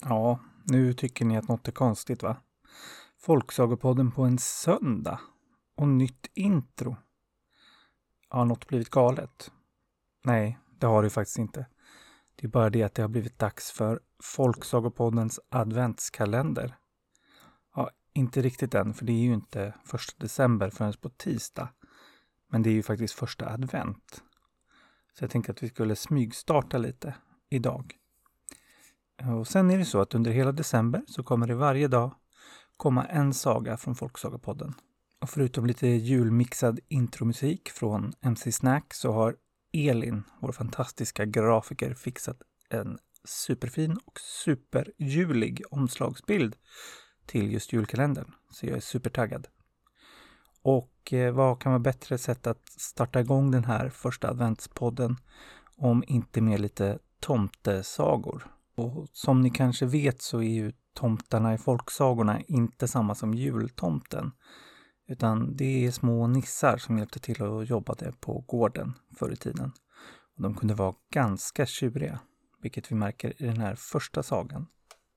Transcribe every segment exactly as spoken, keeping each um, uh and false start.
Ja, nu tycker ni att något är konstigt, va? Folksagopodden på en söndag. Och nytt intro. Har något blivit galet? Nej, det har det faktiskt inte. Det är bara det att det har blivit dags för Folksagopoddens adventskalender. Ja, inte riktigt än, för det är ju inte första december förrän på tisdag. Men det är ju faktiskt första advent. Så jag tänkte att vi skulle smygstarta lite idag. Och sen är det så att under hela december så kommer det varje dag komma en saga från Folksagopodden. Och förutom lite julmixad intromusik från M C Snack så har Elin, vår fantastiska grafiker, fixat en superfin och superjulig omslagsbild till just julkalendern. Så jag är supertaggad. Och eh, vad kan vara bättre sätt att starta igång den här första adventspodden om inte med lite tomtesagor. Och som ni kanske vet så är ju tomtarna i folksagorna inte samma som jultomten. Utan det är små nissar som hjälpte till att jobba på gården förr i tiden. Och de kunde vara ganska tjuriga, vilket vi märker i den här första sagan.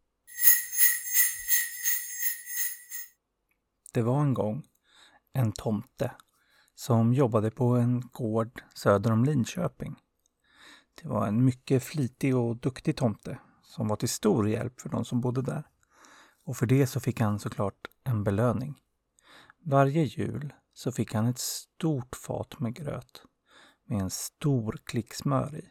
Det var en gång en tomte som jobbade på en gård söder om Linköping. Det var en mycket flitig och duktig tomte som var till stor hjälp för de som bodde där. Och för det så fick han såklart en belöning. Varje jul så fick han ett stort fat med gröt med en stor klick smör i.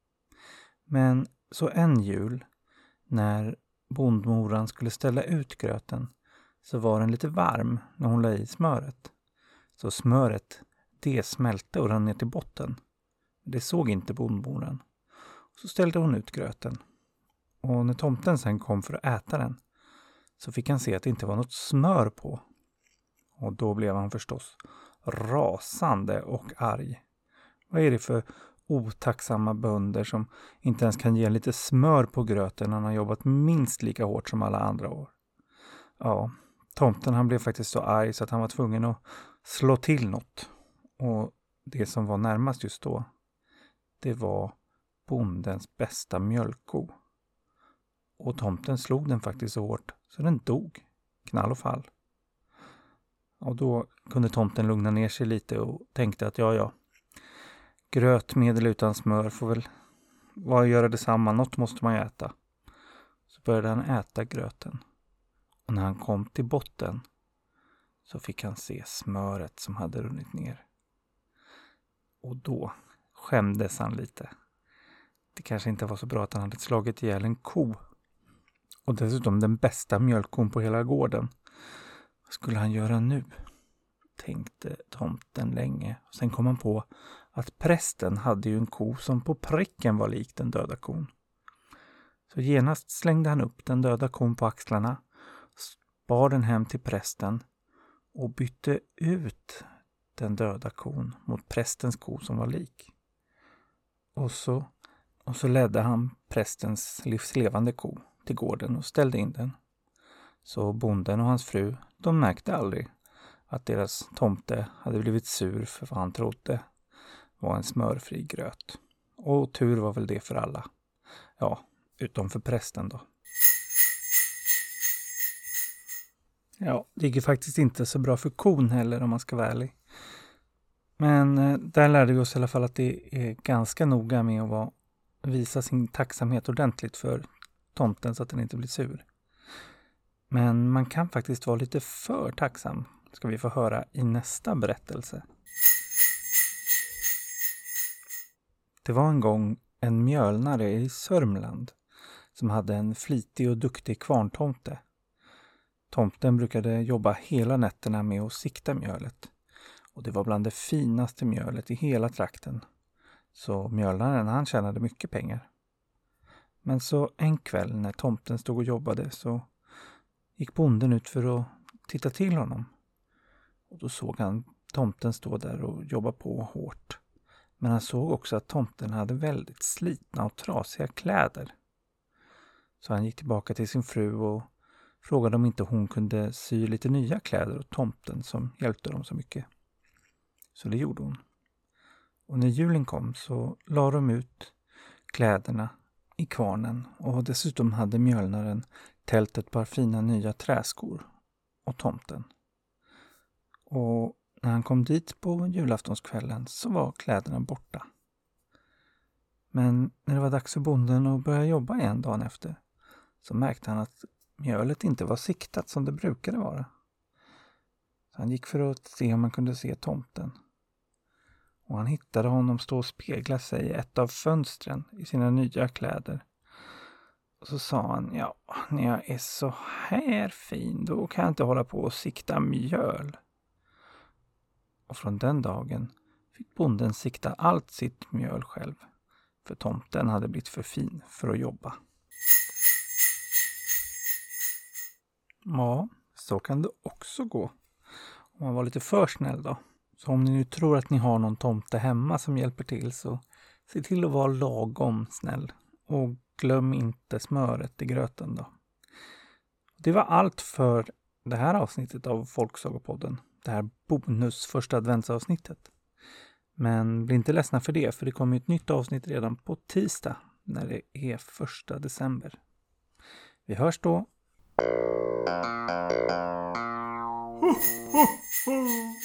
Men så en jul när bondmoran skulle ställa ut gröten så var den lite varm när hon la i smöret. Så smöret, det smälte och rann ner till botten. Det såg inte bondmoran. Så ställde hon ut gröten. Och när tomten sen kom för att äta den så fick han se att det inte var något smör på. Och då blev han förstås rasande och arg. Vad är det för otacksamma bönder som inte ens kan ge lite smör på gröten när han har jobbat minst lika hårt som alla andra år? Ja, tomten han blev faktiskt så arg så att han var tvungen att slå till något. Och det som var närmast just då, det var bondens bästa mjölkko. Och tomten slog den faktiskt så hårt så den dog, knall och fall. Och då kunde tomten lugna ner sig lite och tänkte att ja, ja, gröt med eller utan smör får väl vad göra detsamma, något måste man ju äta. Så började han äta gröten. Och när han kom till botten så fick han se smöret som hade runnit ner. Och då skämdes han lite. Det kanske inte var så bra att han hade slagit ihjäl en ko. Och dessutom den bästa mjölkkon på hela gården. Vad skulle han göra nu? Tänkte tomten länge. Och sen kom han på att prästen hade ju en ko som på pricken var lik den döda kon. Så genast slängde han upp den döda kon på axlarna. Bar den hem till prästen. Och bytte ut den döda kon mot prästens ko som var lik. Och så, och så ledde han prästens livslevande ko till gården och ställde in den. Så bonden och hans fru, de märkte aldrig att deras tomte hade blivit sur för vad han trodde var en smörfri gröt. Och tur var väl det för alla. Ja, utom för prästen då. Ja, det gick ju faktiskt inte så bra för kon heller om man ska vara ärlig. Men eh, där lärde vi oss i alla fall att det är ganska noga med att vara, visa sin tacksamhet ordentligt för tomten så att den inte blir sur. Men man kan faktiskt vara lite för tacksam, ska vi få höra i nästa berättelse. Det var en gång en mjölnare i Sörmland som hade en flitig och duktig kvarntomte. Tomten brukade jobba hela nätterna med att sikta mjölet. Och det var bland det finaste mjölet i hela trakten. Så mjölnaren han tjänade mycket pengar. Men så en kväll när tomten stod och jobbade så gick bonden ut för att titta till honom. Och då såg han tomten stå där och jobba på hårt. Men han såg också att tomten hade väldigt slitna och trasiga kläder. Så han gick tillbaka till sin fru och frågade om inte hon kunde sy lite nya kläder åt tomten som hjälpte dem så mycket. Så det gjorde hon. Och när julen kom så la de ut kläderna i kvarnen och dessutom hade mjölnaren tält ett par fina nya träskor och tomten. Och när han kom dit på julaftonskvällen så var kläderna borta. Men när det var dags för bonden att börja jobba igen dagen efter så märkte han att mjölet inte var siktat som det brukade vara. Så han gick för att se om man kunde se tomten. Och han hittade honom stå och spegla sig i ett av fönstren i sina nya kläder. Och så sa han, ja, när jag är så här fin då kan jag inte hålla på och sikta mjöl. Och från den dagen fick bonden sikta allt sitt mjöl själv. För tomten hade blivit för fin för att jobba. Ja, så kan det också gå. Om man var lite för snäll då. Så om ni nu tror att ni har någon tomte hemma som hjälper till så se till att vara lagom snäll. Och glöm inte smöret i gröten då. Det var allt för det här avsnittet av Folksagopodden. Det här bonus första adventsavsnittet. Men bli inte ledsna för det, för det kommer ett nytt avsnitt redan på tisdag när det är första december. Vi hörs då!